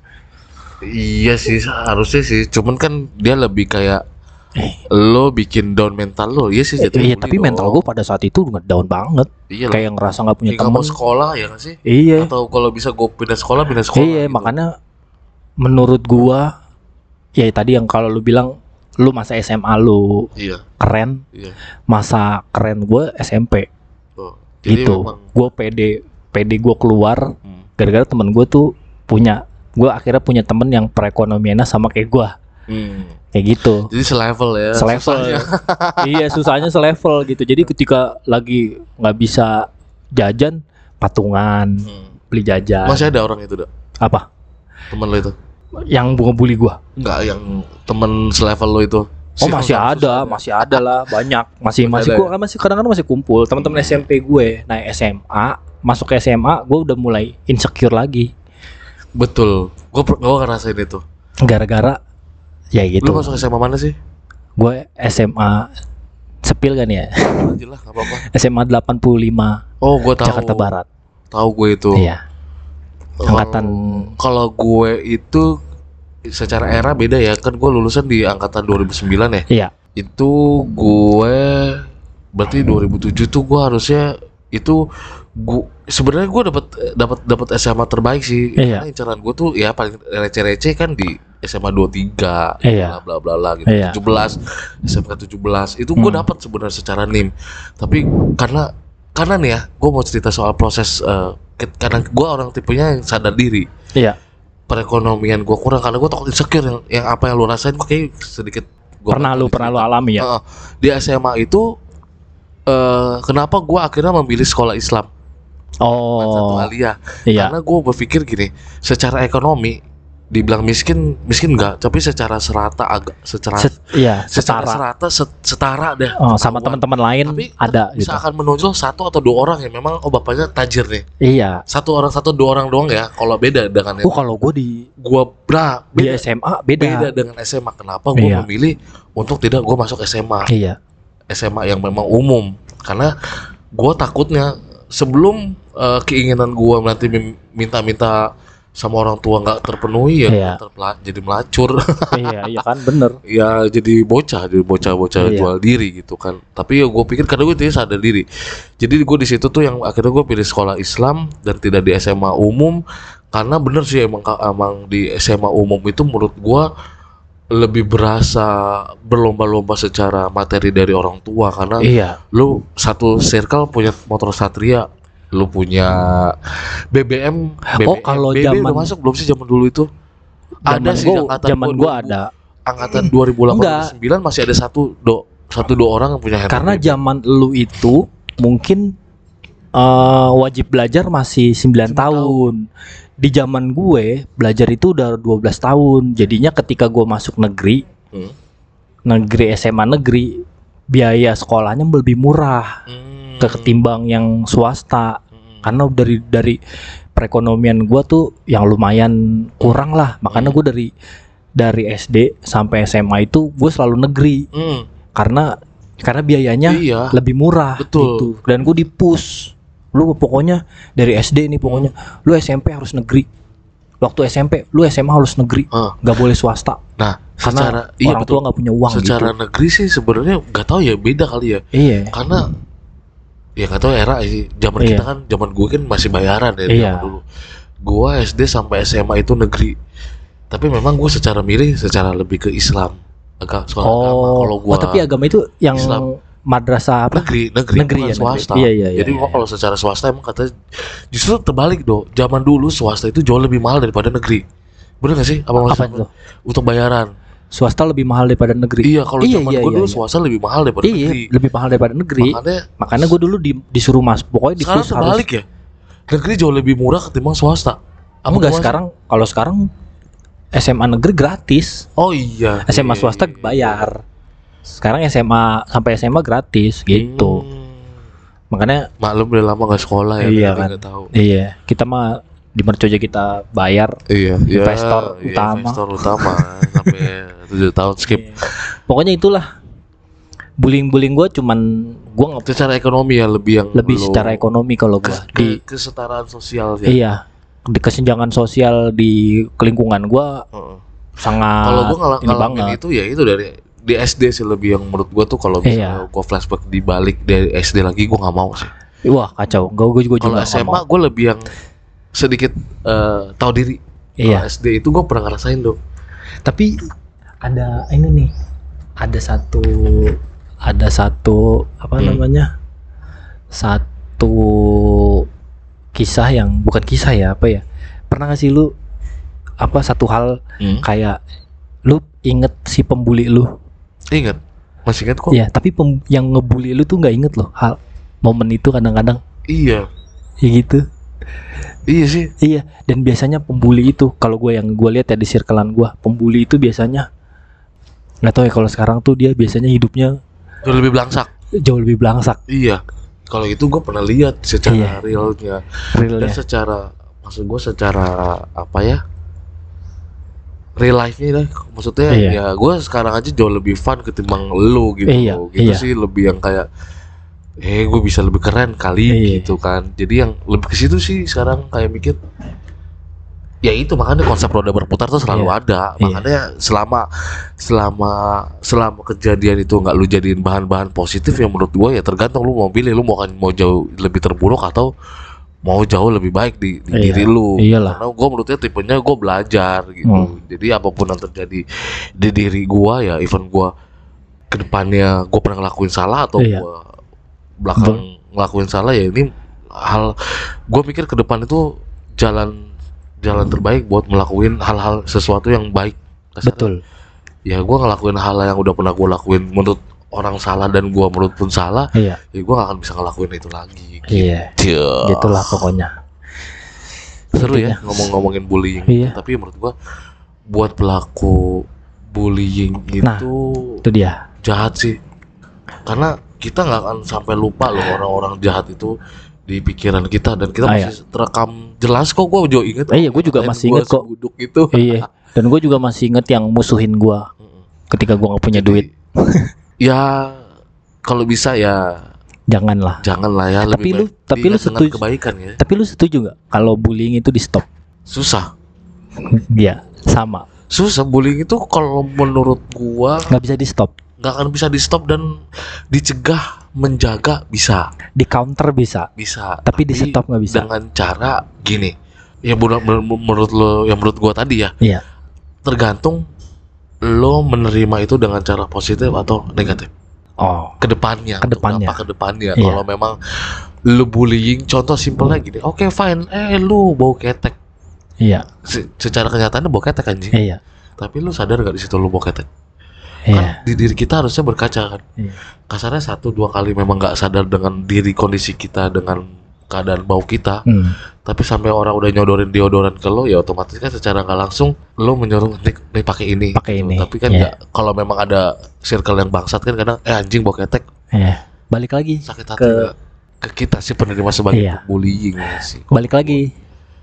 Speaker 1: Iya sih, harusnya sih. Cuman kan dia lebih kayak lo bikin down mental lo. Iya sih, jatuhnya
Speaker 2: Iya,
Speaker 1: bully
Speaker 2: tapi mental
Speaker 1: dong.
Speaker 2: gue pada saat itu udah down banget,
Speaker 1: Iya lah.
Speaker 2: kayak ngerasa nggak punya
Speaker 1: Kayak nggak
Speaker 2: teman.
Speaker 1: mau sekolah ya nggak sih?
Speaker 2: Iya,
Speaker 1: Atau kalau bisa gue pindah sekolah, pindah sekolah.
Speaker 2: iya,
Speaker 1: gitu.
Speaker 2: makanya menurut gua, ya tadi yang kalau lu bilang lu masa S M A lu
Speaker 1: Iya,
Speaker 2: keren,
Speaker 1: iya.
Speaker 2: masa keren gua S M P.
Speaker 1: Oh, jadi
Speaker 2: Gitu,
Speaker 1: memang,
Speaker 2: gue pede pede gue keluar
Speaker 1: hmm.
Speaker 2: gara-gara temen gue tuh punya, gue akhirnya punya temen yang perekonomiannya sama kayak gue,
Speaker 1: Hmm.
Speaker 2: kayak gitu,
Speaker 1: Jadi selevel ya.
Speaker 2: selevel.
Speaker 1: susahnya.
Speaker 2: Iya, susahnya selevel gitu. Jadi ketika lagi nggak bisa jajan, patungan,
Speaker 1: Hmm.
Speaker 2: beli jajan.
Speaker 1: Masih ada orang itu, Dak?
Speaker 2: Apa
Speaker 1: Temen lo itu?
Speaker 2: yang bunga bully gue?
Speaker 1: Enggak, yang temen selevel lo itu.
Speaker 2: Oh,
Speaker 1: Si-
Speaker 2: masih
Speaker 1: susah
Speaker 2: ada, masih ada lah, banyak, masih
Speaker 1: Masih
Speaker 2: masih
Speaker 1: ada
Speaker 2: gue kan masih kadang-kadang masih kumpul teman-teman S M P gue. Nah, S M A, masuk ke S M A gue udah mulai insecure lagi
Speaker 1: Betul. Gue gue ngerasain itu.
Speaker 2: gara-gara ya
Speaker 1: Lu
Speaker 2: gitu.
Speaker 1: masuk S M A mana sih?
Speaker 2: Gue S M A Sepil kan ya.
Speaker 1: Aja lah, nggak apa-apa.
Speaker 2: S M A delapan puluh lima
Speaker 1: Oh, gue tahu.
Speaker 2: Jakarta Barat.
Speaker 1: Tahu gue itu.
Speaker 2: Iya. Angkatan
Speaker 1: Kalau gue itu secara era beda ya, kan gue lulusan di angkatan dua ribu sembilan ya.
Speaker 2: iya.
Speaker 1: Itu gue berarti dua ribu tujuh tuh gue harusnya itu gue sebenarnya gue dapat dapat dapat S M A terbaik sih.
Speaker 2: Iya.
Speaker 1: Karena incaran gue tuh ya paling receh-receh kan di S M A dua puluh tiga,
Speaker 2: Iya.
Speaker 1: bla bla bla gitu.
Speaker 2: Iya.
Speaker 1: tujuh belas S M K tujuh belas itu gue
Speaker 2: Hmm.
Speaker 1: dapat sebenarnya secara N I M. Tapi karena karena nih ya, gue mau cerita soal proses eh, ke- karena gue orang tipenya yang sadar diri.
Speaker 2: Iya.
Speaker 1: Perekonomian gue kurang karena gue takut insecure yang, yang apa yang lu rasain gue kayak sedikit gua
Speaker 2: Pernah lu pernah lu alami ya?
Speaker 1: Heeh. Di S M A itu eh kenapa gue akhirnya memilih sekolah Islam satu
Speaker 2: Oh.
Speaker 1: aliyah
Speaker 2: Iya.
Speaker 1: karena gue berpikir gini, secara ekonomi dibilang miskin miskin enggak, tapi secara serata agak secara
Speaker 2: Set- iya,
Speaker 1: secara
Speaker 2: setara.
Speaker 1: serata set- setara deh.
Speaker 2: Oh, sama
Speaker 1: Ketahuan.
Speaker 2: teman-teman lain
Speaker 1: Tapi
Speaker 2: ada
Speaker 1: bisa
Speaker 2: gitu.
Speaker 1: akan menonjol satu atau dua orang yang memang oh bapaknya tajir nih.
Speaker 2: Iya.
Speaker 1: Satu orang satu dua orang doang ya. Kalau beda dengan
Speaker 2: Oh, kalau gue di
Speaker 1: gua bra
Speaker 2: di
Speaker 1: beda,
Speaker 2: S M A beda.
Speaker 1: beda dengan S M A. Kenapa gue
Speaker 2: Iya.
Speaker 1: memilih untuk tidak gue masuk S M A
Speaker 2: Iya.
Speaker 1: S M A yang memang umum, karena gue takutnya sebelum eh, keinginan gue nanti mim- minta-minta sama orang tua nggak terpenuhi ya
Speaker 2: Iya.
Speaker 1: terpela- jadi melacur.
Speaker 2: Iya, iya kan bener.
Speaker 1: Ya jadi bocah, jadi bocah-bocah
Speaker 2: Iya.
Speaker 1: jual diri gitu kan. Tapi ya gue pikir karena gue intinya sadar diri. Jadi gue di situ tuh yang akhirnya gue pilih sekolah Islam dan tidak di S M A umum karena bener sih emang emang di S M A umum itu menurut gue lebih berasa berlomba-lomba secara materi dari orang tua karena
Speaker 2: Iya.
Speaker 1: lu satu circle punya motor Satria, lu punya B B M, B B M
Speaker 2: Oh, kalau
Speaker 1: B B udah
Speaker 2: zaman-
Speaker 1: masuk belum sih zaman dulu itu? Ada
Speaker 2: Zaman
Speaker 1: sih
Speaker 2: gua,
Speaker 1: angkatan
Speaker 2: zaman
Speaker 1: gua
Speaker 2: gua
Speaker 1: dua ribu
Speaker 2: ada.
Speaker 1: angkatan dua ribu delapan belas sembilan masih ada satu do satu dua orang yang punya handphone.
Speaker 2: Karena
Speaker 1: B B M.
Speaker 2: zaman lu itu mungkin eh, wajib belajar masih sembilan tahun. Di zaman gue belajar itu udah dua belas tahun. Jadinya ketika gue masuk negeri,
Speaker 1: Hmm.
Speaker 2: negeri S M A negeri, biaya sekolahnya lebih murah
Speaker 1: Hmm.
Speaker 2: ke ketimbang yang swasta.
Speaker 1: Hmm.
Speaker 2: Karena dari dari perekonomian gue tuh yang lumayan kurang lah. Makanya gue dari dari S D sampai S M A itu gue selalu negeri.
Speaker 1: Hmm.
Speaker 2: Karena karena biayanya
Speaker 1: Iya.
Speaker 2: lebih murah.
Speaker 1: Betul.
Speaker 2: gitu. Dan gue dipush, lu pokoknya dari S D nih pokoknya lu S M P harus negeri, waktu S M P lu S M A harus negeri,
Speaker 1: Ah.
Speaker 2: nggak boleh swasta
Speaker 1: Nah,
Speaker 2: karena
Speaker 1: secara iya
Speaker 2: orang
Speaker 1: betul.
Speaker 2: tua nggak punya uang
Speaker 1: Secara
Speaker 2: gitu.
Speaker 1: negeri sih sebenarnya nggak tahu ya beda kali ya.
Speaker 2: Iya,
Speaker 1: Karena ya nggak tahu era sih. Zaman
Speaker 2: Iya.
Speaker 1: kita kan zaman gue kan masih bayaran ya
Speaker 2: Iya.
Speaker 1: zaman dulu. Gua S D sampai S M A itu negeri. Tapi memang gue secara milih secara lebih ke Islam. Agak sekolah agama.
Speaker 2: oh,
Speaker 1: Kalau gua
Speaker 2: oh tapi agama itu yang
Speaker 1: Islam.
Speaker 2: madrasah apa?
Speaker 1: negeri, negeri,
Speaker 2: Negeri
Speaker 1: bukan
Speaker 2: ya, negeri.
Speaker 1: swasta.
Speaker 2: Iya, iya,
Speaker 1: Jadi
Speaker 2: iya,
Speaker 1: gua
Speaker 2: iya.
Speaker 1: kalau secara swasta emang katanya justru terbalik do. Zaman dulu swasta itu jauh lebih mahal daripada negeri. Bener gak sih? Apa
Speaker 2: Apa
Speaker 1: maksudnya?
Speaker 2: itu?
Speaker 1: Untuk bayaran.
Speaker 2: Swasta lebih mahal daripada negeri.
Speaker 1: Iya, kalau
Speaker 2: Iya,
Speaker 1: zaman
Speaker 2: iya,
Speaker 1: gue
Speaker 2: iya,
Speaker 1: dulu
Speaker 2: iya.
Speaker 1: swasta lebih mahal daripada
Speaker 2: Iya,
Speaker 1: negeri.
Speaker 2: lebih mahal daripada negeri.
Speaker 1: Makanya
Speaker 2: Makanya gue dulu di, disuruh mas, pokoknya di
Speaker 1: sekarang
Speaker 2: push harus.
Speaker 1: terbalik ya. Negeri jauh lebih murah ketimbang swasta. Apa
Speaker 2: Enggak,
Speaker 1: gua-
Speaker 2: sekarang kalau sekarang S M A negeri gratis.
Speaker 1: Oh iya.
Speaker 2: S M A
Speaker 1: Iya,
Speaker 2: swasta
Speaker 1: iya, iya.
Speaker 2: bayar. Sekarang S M A sampai S M A gratis gitu.
Speaker 1: Hmm.
Speaker 2: Makanya
Speaker 1: Maklum udah lama gak sekolah ya.
Speaker 2: Iya
Speaker 1: jadi
Speaker 2: kan.
Speaker 1: nggak tahu.
Speaker 2: iya, kita mah di Mercoja kita bayar.
Speaker 1: Iya,
Speaker 2: Investor
Speaker 1: iya,
Speaker 2: utama.
Speaker 1: Investor utama sampai tujuh tahun skip.
Speaker 2: Iya. Pokoknya itulah. Bullying-bullying gue cuman gue nggak
Speaker 1: Secara ekonomi ya lebih yang
Speaker 2: lebih
Speaker 1: lo-
Speaker 2: secara ekonomi kalau gue
Speaker 1: ke,
Speaker 2: di
Speaker 1: ke- kesetaraan sosial ya.
Speaker 2: iya di kesenjangan sosial di lingkungan gue
Speaker 1: Heeh.
Speaker 2: sangat
Speaker 1: Kalau gue ngala-
Speaker 2: ini
Speaker 1: ngalamin
Speaker 2: banget.
Speaker 1: itu ya itu dari di S D sih lebih yang menurut gue tuh kalau misalnya
Speaker 2: Iya.
Speaker 1: gue flashback di balik dari S D lagi gue nggak mau sih.
Speaker 2: Wah kacau. Gue juga
Speaker 1: Kalau
Speaker 2: juga
Speaker 1: S M A
Speaker 2: nggak mau.
Speaker 1: gue lebih yang sedikit eh, tahu diri.
Speaker 2: Iya.
Speaker 1: Kalau S D itu gue pernah ngerasain tuh.
Speaker 2: Tapi ada ini nih, ada satu ada satu apa
Speaker 1: Hmm.
Speaker 2: namanya, satu kisah yang bukan kisah ya apa ya, pernah nggak sih lu apa satu hal
Speaker 1: Hmm.
Speaker 2: kayak lu inget si pembuli lu
Speaker 1: Ingat, masih ingat kok.
Speaker 2: ya, tapi pem- yang ngebully lu tuh nggak inget loh hal momen itu kadang-kadang
Speaker 1: Iya,
Speaker 2: ya gitu.
Speaker 1: iya sih.
Speaker 2: Iya, dan biasanya pembuli itu kalau gue yang gue lihat ya di circlean gue, pembuli itu biasanya nggak tahu ya kalau sekarang tuh dia biasanya hidupnya
Speaker 1: Jauh lebih belangsak.
Speaker 2: jauh lebih belangsak
Speaker 1: Iya. Kalau itu gue pernah lihat secara
Speaker 2: Iya.
Speaker 1: realnya dan
Speaker 2: realnya.
Speaker 1: secara maksud gue secara apa ya real life-nya lah. Maksudnya
Speaker 2: Iya.
Speaker 1: ya gue sekarang aja jauh lebih fun ketimbang lu gitu.
Speaker 2: Iya,
Speaker 1: Gitu
Speaker 2: iya.
Speaker 1: sih lebih yang kayak eh gue bisa lebih keren kali
Speaker 2: Iya.
Speaker 1: gitu kan. Jadi yang lebih ke situ sih sekarang kayak mikir ya itu makanya konsep roda berputar tuh selalu
Speaker 2: Iya.
Speaker 1: ada.
Speaker 2: Iya.
Speaker 1: Makanya selama selama selama kejadian itu nggak lu jadiin bahan-bahan positif yang menurut gue ya tergantung lu mau pilih lu mau kan mau jauh lebih terburuk atau mau jauh lebih baik di, di
Speaker 2: Iya.
Speaker 1: diri lu.
Speaker 2: Iyalah.
Speaker 1: Karena gue menurutnya tipenya gue belajar gitu.
Speaker 2: Hmm.
Speaker 1: Jadi apapun yang terjadi di diri gue ya even gue kedepannya gue pernah ngelakuin salah atau
Speaker 2: Iya.
Speaker 1: gue belakang ngelakuin salah ya ini hal gue pikir ke depan itu jalan jalan terbaik buat melakuin hal-hal sesuatu yang baik. Kasarnya,
Speaker 2: Betul.
Speaker 1: ya gue ngelakuin hal yang udah pernah gue lakuin menurut orang salah dan gue menurut pun salah
Speaker 2: Iya.
Speaker 1: ya gue gak akan bisa ngelakuin itu lagi.
Speaker 2: Iya.
Speaker 1: Gitu.
Speaker 2: Gitulah pokoknya.
Speaker 1: Seru ya
Speaker 2: Intinya.
Speaker 1: ngomong-ngomongin bullying.
Speaker 2: Iya.
Speaker 1: Tapi menurut gua buat pelaku bullying itu
Speaker 2: Nah. Itu dia.
Speaker 1: jahat sih. Karena kita nggak akan sampai lupa loh orang-orang jahat itu di pikiran kita dan kita
Speaker 2: Ah,
Speaker 1: masih terekam jelas kok. Gua jauh inget.
Speaker 2: Eh, iya, gua juga masih inget kok.
Speaker 1: Duduk itu.
Speaker 2: Iya. Dan gue juga masih inget yang musuhin gue ketika gue nggak punya duit.
Speaker 1: Ya kalau bisa ya
Speaker 2: Janganlah.
Speaker 1: jangan lah ya.
Speaker 2: Tapi
Speaker 1: lebih
Speaker 2: lu-
Speaker 1: baik
Speaker 2: tapi lu
Speaker 1: diingat dengan
Speaker 2: setuju-
Speaker 1: kebaikan ya.
Speaker 2: Tapi lu setuju nggak kalau bullying itu di stop?
Speaker 1: Susah.
Speaker 2: Iya, sama.
Speaker 1: Susah. Bullying itu kalau menurut gua
Speaker 2: Nggak bisa di stop.
Speaker 1: nggak akan bisa di stop dan dicegah, menjaga bisa,
Speaker 2: Di counter bisa,
Speaker 1: bisa.
Speaker 2: tapi di stop nggak bisa.
Speaker 1: Dengan cara gini, ya menurut, menurut lo, yang menurut gua tadi ya,
Speaker 2: Iya.
Speaker 1: tergantung lo menerima itu dengan cara positif atau negatif.
Speaker 2: Oh,
Speaker 1: Kedepannya,
Speaker 2: Kedepannya.
Speaker 1: apa kedepannya?
Speaker 2: Iya.
Speaker 1: Kalau memang lo bullying, contoh simpelnya gini, oke fine, eh lu bau ketek,
Speaker 2: iya,
Speaker 1: Se- secara kenyataannya bau ketek anjing.
Speaker 2: iya,
Speaker 1: Tapi lu sadar gak di situ lu bau ketek?
Speaker 2: iya.
Speaker 1: Kan di diri kita harusnya berkaca kan.
Speaker 2: Iya.
Speaker 1: Kasarnya satu dua kali memang nggak sadar dengan diri kondisi kita, dengan keadaan bau kita.
Speaker 2: Hmm.
Speaker 1: Tapi sampai orang udah nyodorin deodoran ke lo, ya otomatis kan secara nggak langsung lo menyuruh nih, nih pakai ini.
Speaker 2: Pakai ini,
Speaker 1: Tapi kan
Speaker 2: iya.
Speaker 1: nggak, kalau memang ada circle yang bangsat kan kadang eh anjing bau ketek,
Speaker 2: Iya. Balik lagi,
Speaker 1: sakit hati
Speaker 2: Ke-
Speaker 1: nggak? Ke kita sih penerima sebagai
Speaker 2: Iya.
Speaker 1: bullying sih.
Speaker 2: balik lagi.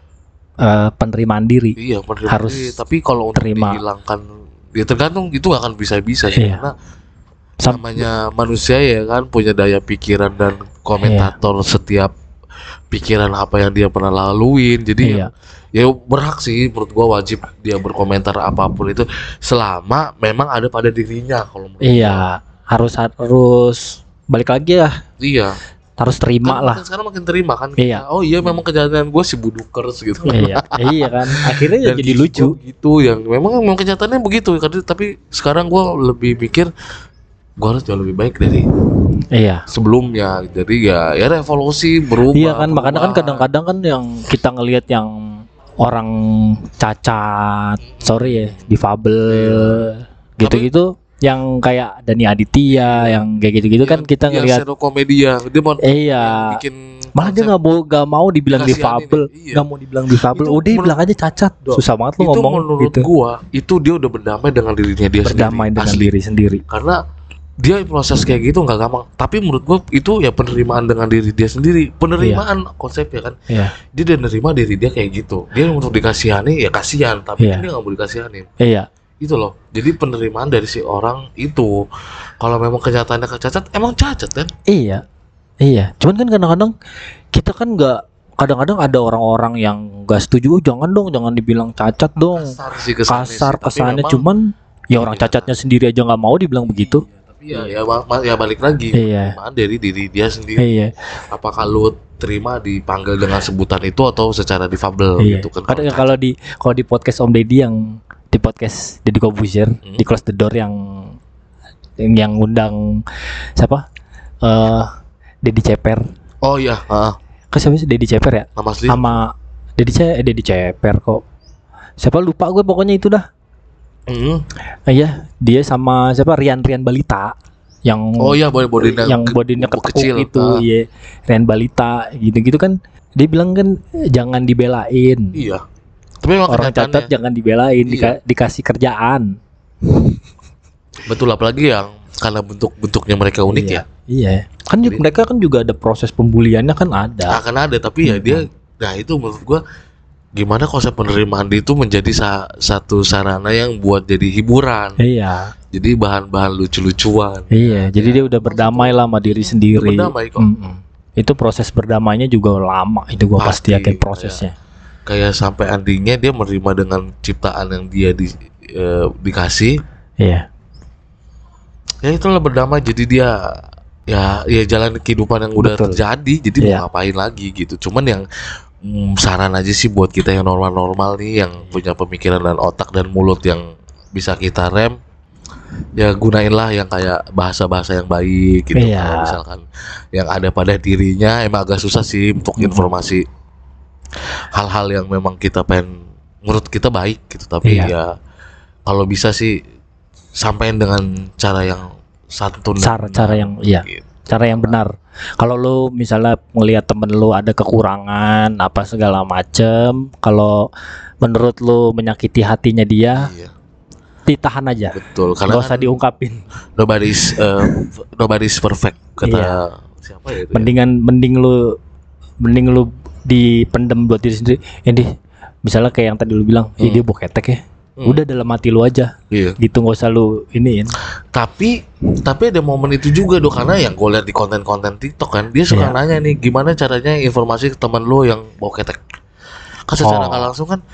Speaker 2: Eh, penerimaan diri.
Speaker 1: Iya penerima
Speaker 2: Harus
Speaker 1: diri. Tapi kalau untuk
Speaker 2: terima.
Speaker 1: dihilangkan, ya tergantung, itu nggak akan bisa-bisa sih.
Speaker 2: Iya.
Speaker 1: Karena
Speaker 2: Sam-
Speaker 1: namanya manusia ya kan punya daya pikiran dan komentator setiap pikiran apa yang dia pernah laluin. Jadi
Speaker 2: Iya.
Speaker 1: ya berhak sih menurut gua, wajib dia berkomentar apapun itu selama memang ada pada dirinya. Kalau menurut
Speaker 2: Iya, harus harus balik lagi ya,
Speaker 1: gua. Iya.
Speaker 2: harus terima
Speaker 1: Kan
Speaker 2: lah.
Speaker 1: makin sekarang makin terima kan.
Speaker 2: Iya.
Speaker 1: Oh iya memang kejadian gua si budukers gitu.
Speaker 2: Iya, iya kan. Akhirnya ya
Speaker 1: Dan
Speaker 2: jadi
Speaker 1: gigi
Speaker 2: lucu.
Speaker 1: gua gitu yang memang memang kenyataannya begitu. Karena- Tapi sekarang gua lebih mikir gua harus jauh lebih baik dari
Speaker 2: Iya.
Speaker 1: sebelumnya. Jadi ya ya revolusi berubah.
Speaker 2: Iya kan, makanya kan
Speaker 1: berubah.
Speaker 2: kadang-kadang kan yang kita ngelihat yang orang cacat, sorry ya, difabel,
Speaker 1: Iya.
Speaker 2: gitu-gitu, yang kayak Dani Aditya, yang kayak gitu-gitu kan kita
Speaker 1: yang
Speaker 2: ngelihat.
Speaker 1: stand up komedia dia mau
Speaker 2: Iya.
Speaker 1: yang bikin
Speaker 2: Malah dia
Speaker 1: konsep.
Speaker 2: nggak mau nggak mau dibilang
Speaker 1: Kasihan
Speaker 2: difabel,
Speaker 1: ini, iya.
Speaker 2: nggak mau dibilang difabel.
Speaker 1: Itu
Speaker 2: Udah
Speaker 1: menur-
Speaker 2: bilang aja cacat.
Speaker 1: Dok,
Speaker 2: Susah banget lu
Speaker 1: itu
Speaker 2: ngomong
Speaker 1: menurut
Speaker 2: gitu.
Speaker 1: gua itu dia udah berdamai dengan dirinya dia
Speaker 2: Berdamai
Speaker 1: sendiri,
Speaker 2: dengan
Speaker 1: asli.
Speaker 2: diri sendiri.
Speaker 1: Karena dia proses kayak gitu nggak gampang, tapi menurut gua itu ya penerimaan dengan diri dia sendiri, penerimaan konsepnya kan.
Speaker 2: Iya.
Speaker 1: Dia udah nerima diri dia kayak gitu, dia untuk dikasihani ya kasihan, tapi
Speaker 2: Iya.
Speaker 1: kan dia nggak mau dikasihanin.
Speaker 2: Iya.
Speaker 1: Itu loh, jadi penerimaan dari si orang itu. Kalau memang kenyataannya kecacat, emang cacat kan.
Speaker 2: Iya, iya. Cuman kan kadang-kadang kita kan nggak, kadang-kadang ada orang-orang yang nggak setuju. Oh, jangan dong, jangan dibilang cacat dong.
Speaker 1: Kasar sih kesannya sih,
Speaker 2: Kasar
Speaker 1: tapi
Speaker 2: kesannya.
Speaker 1: memang-
Speaker 2: Cuman ya orang
Speaker 1: Iya.
Speaker 2: cacatnya sendiri aja nggak mau dibilang begitu.
Speaker 1: Iya, tapi ya ya, ba- ba- ya balik lagi
Speaker 2: Iya.
Speaker 1: penerimaan dari diri dia sendiri.
Speaker 2: Iya,
Speaker 1: Apakah lu terima dipanggil dengan sebutan itu atau secara difabel
Speaker 2: iya.
Speaker 1: gitu kan?
Speaker 2: Kadang kalau di kalau di podcast Om Deddy, yang di podcast Deddy Kobuzier,
Speaker 1: Hmm.
Speaker 2: di Close the Door, yang yang, yang undang siapa? Eh Deddy Ceper.
Speaker 1: Oh iya, heeh.
Speaker 2: Ke siapa sih Deddy Ceper ya?
Speaker 1: Nama asli.
Speaker 2: Sama Deddy Ce eh, Deddy Ceper kok. Siapa lupa gue, pokoknya itu dah.
Speaker 1: Mm.
Speaker 2: Ah, iya, dia sama siapa, Rian Rian Balita yang
Speaker 1: Oh iya, boleh bodinya
Speaker 2: yang
Speaker 1: ke-
Speaker 2: bodinya
Speaker 1: ke-
Speaker 2: ketekuk itu,
Speaker 1: Ah.
Speaker 2: iya. Rian Balita gitu-gitu kan, dia bilang kan jangan dibelain.
Speaker 1: Iya. Tapi memang
Speaker 2: Orang cacat
Speaker 1: kenyataannya
Speaker 2: jangan dibelain,
Speaker 1: Iya.
Speaker 2: dika- dikasih kerjaan.
Speaker 1: betul, apalagi yang karena bentuk-bentuknya mereka unik
Speaker 2: Iya.
Speaker 1: ya.
Speaker 2: Iya. Kan juga-
Speaker 1: Jadi-
Speaker 2: mereka kan juga ada proses pembuliannya kan ada.
Speaker 1: Akan ada, tapi ya
Speaker 2: Hmm.
Speaker 1: dia, nah itu menurut gua gimana konsep penerimaan itu menjadi sa- satu sarana yang buat jadi hiburan.
Speaker 2: Iya.
Speaker 1: Jadi bahan-bahan lucu-lucuan.
Speaker 2: Iya, jadi dia udah berdamai lah sama diri sendiri.
Speaker 1: berdamai kok.
Speaker 2: Mm-mm. Itu proses berdamainya juga lama, itu gua pasti,
Speaker 1: Pasti,
Speaker 2: yakin prosesnya.
Speaker 1: Kayak sampai endingnya dia menerima dengan ciptaan yang dia di, eh, dikasih.
Speaker 2: Iya.
Speaker 1: Ya itulah berdamai, jadi dia ya ya jalan kehidupan yang udah
Speaker 2: Betul.
Speaker 1: terjadi, jadi
Speaker 2: Iya.
Speaker 1: mau ngapain lagi gitu. Cuman yang mm, saran aja sih buat kita yang normal-normal nih, yang punya pemikiran dan otak dan mulut yang bisa kita rem, ya gunainlah yang kayak bahasa-bahasa yang baik gitu.
Speaker 2: Iya.
Speaker 1: Kalau misalkan yang ada pada dirinya, emang agak susah sih untuk
Speaker 2: Hmm.
Speaker 1: informasi hal-hal yang memang kita pengen, menurut kita baik gitu, tapi
Speaker 2: Iya.
Speaker 1: ya kalau bisa sih sampaikan dengan cara yang santun, dan
Speaker 2: Cara- cara
Speaker 1: benar,
Speaker 2: yang- iya.
Speaker 1: gitu.
Speaker 2: Cara yang benar. Kalau lu misalnya ngelihat temen lu ada kekurangan apa segala macem, kalau menurut lu menyakiti hatinya dia,
Speaker 1: Iya,
Speaker 2: ditahan aja,
Speaker 1: betul.
Speaker 2: nggak
Speaker 1: Karena
Speaker 2: usah
Speaker 1: kan
Speaker 2: diungkapin.
Speaker 1: nobody's uh, nobody's perfect kata
Speaker 2: Iya.
Speaker 1: siapa ya itu ya?
Speaker 2: Mendingan mending lu mending lu dipendem buat diri sendiri. Ini misalnya kayak yang tadi lu bilang, "Ih,
Speaker 1: Hmm.
Speaker 2: dia boketek ya."
Speaker 1: Hmm.
Speaker 2: Udah dalam hati lu aja.
Speaker 1: Iya.
Speaker 2: Gitu, nggak usah lu iniin.
Speaker 1: Tapi tapi ada momen itu juga dong, karena yang gue lihat di konten-konten TikTok kan, dia suka
Speaker 2: Iya.
Speaker 1: nanya nih gimana caranya informasi ke teman lo yang bawa ketek. Kan secara
Speaker 2: Oh.
Speaker 1: nggak langsung kan,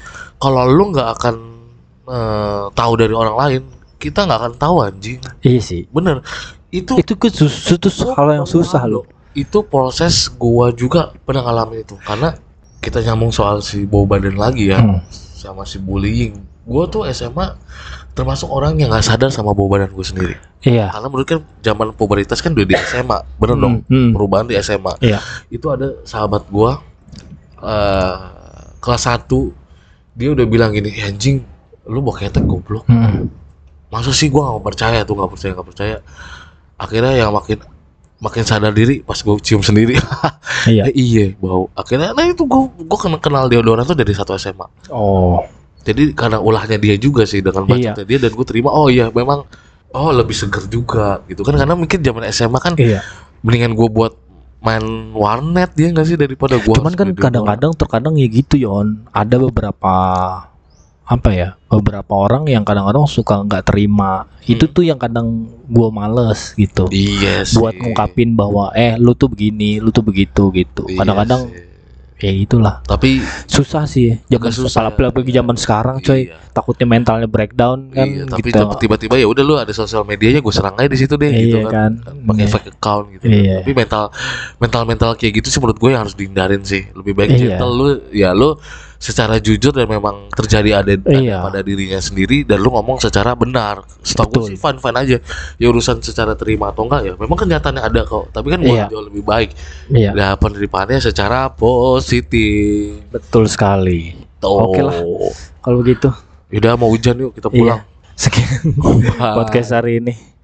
Speaker 1: kalau lu nggak akan uh, tahu dari orang lain, kita nggak akan tahu anjing.
Speaker 2: Iya sih.
Speaker 1: Bener. Itu
Speaker 2: Itu ke sus- itu hal yang susah loh.
Speaker 1: Itu proses gua juga pernah ngalamin itu, karena kita nyambung soal si bau badan lagi ya,
Speaker 2: Hmm.
Speaker 1: sama si bullying. Gua tuh S M A termasuk orang yang nggak sadar sama bau badan gue sendiri.
Speaker 2: Iya.
Speaker 1: Karena menurut kan zaman pubertas kan udah di S M A, bener
Speaker 2: Hmm,
Speaker 1: dong,
Speaker 2: hmm.
Speaker 1: perubahan di S M A.
Speaker 2: Iya.
Speaker 1: Itu ada sahabat gua uh, kelas satu, dia udah bilang gini, "Eh, anjing, lu bau ketek goblok."
Speaker 2: Hmm.
Speaker 1: Masa sih, gua nggak percaya tuh, nggak percaya nggak percaya. Akhirnya yang makin makin sadar diri pas gue cium sendiri.
Speaker 2: Iya.
Speaker 1: Eh, iya bau. Akhirnya nah itu gue gue kenal, kenal deodoran tuh dari satu S M A.
Speaker 2: Oh.
Speaker 1: Jadi karena ulahnya dia juga sih dengan bacotnya
Speaker 2: Iya.
Speaker 1: dia, dan gue terima, oh iya memang, oh lebih seger juga gitu kan, karena mungkin zaman S M A kan
Speaker 2: Iya.
Speaker 1: mendingan gue buat main warnet dia nggak sih daripada gue.
Speaker 2: Cuman kan kadang-kadang terkadang ya gitu Yon. Ada beberapa apa ya, beberapa orang yang kadang-kadang suka nggak terima. Itu
Speaker 1: Hmm.
Speaker 2: tuh yang kadang gua males gitu.
Speaker 1: Iya sih.
Speaker 2: Buat ngungkapin bahwa eh lu tuh begini, lu tuh begitu gitu.
Speaker 1: Iya
Speaker 2: Kadang-kadang
Speaker 1: sih.
Speaker 2: ya itulah.
Speaker 1: Tapi
Speaker 2: Susah sih zaman
Speaker 1: Agak susah.
Speaker 2: apalagi zaman sekarang coy.
Speaker 1: Iya.
Speaker 2: Takutnya mentalnya breakdown kan
Speaker 1: Iya, tapi
Speaker 2: gitu.
Speaker 1: tiba-tiba ya udah lu ada sosial medianya, gue serang aja di situ deh gitu
Speaker 2: Iya
Speaker 1: kan,
Speaker 2: kan.
Speaker 1: pakai
Speaker 2: Iya.
Speaker 1: fake account gitu.
Speaker 2: Iya.
Speaker 1: Tapi mental mental mental kayak gitu sih menurut gue yang harus dihindarin sih. Lebih baik
Speaker 2: Iya.
Speaker 1: gentle, lu ya lu secara jujur dan memang terjadi ada, ada
Speaker 2: Iya.
Speaker 1: pada dirinya sendiri, dan lu ngomong secara benar. Setahu gue
Speaker 2: Betul.
Speaker 1: sih fine fine aja. Ya urusan secara terima atau enggak ya memang kenyataannya ada kok. Tapi kan
Speaker 2: Iya.
Speaker 1: jauh lebih baik.
Speaker 2: Iya.
Speaker 1: Ya penerimaannya secara positif.
Speaker 2: Betul sekali.
Speaker 1: Tuh.
Speaker 2: Oke lah kalau begitu.
Speaker 1: Yaudah mau hujan yuk kita pulang.
Speaker 2: Iya. Sekian
Speaker 1: Bye.
Speaker 2: podcast hari ini.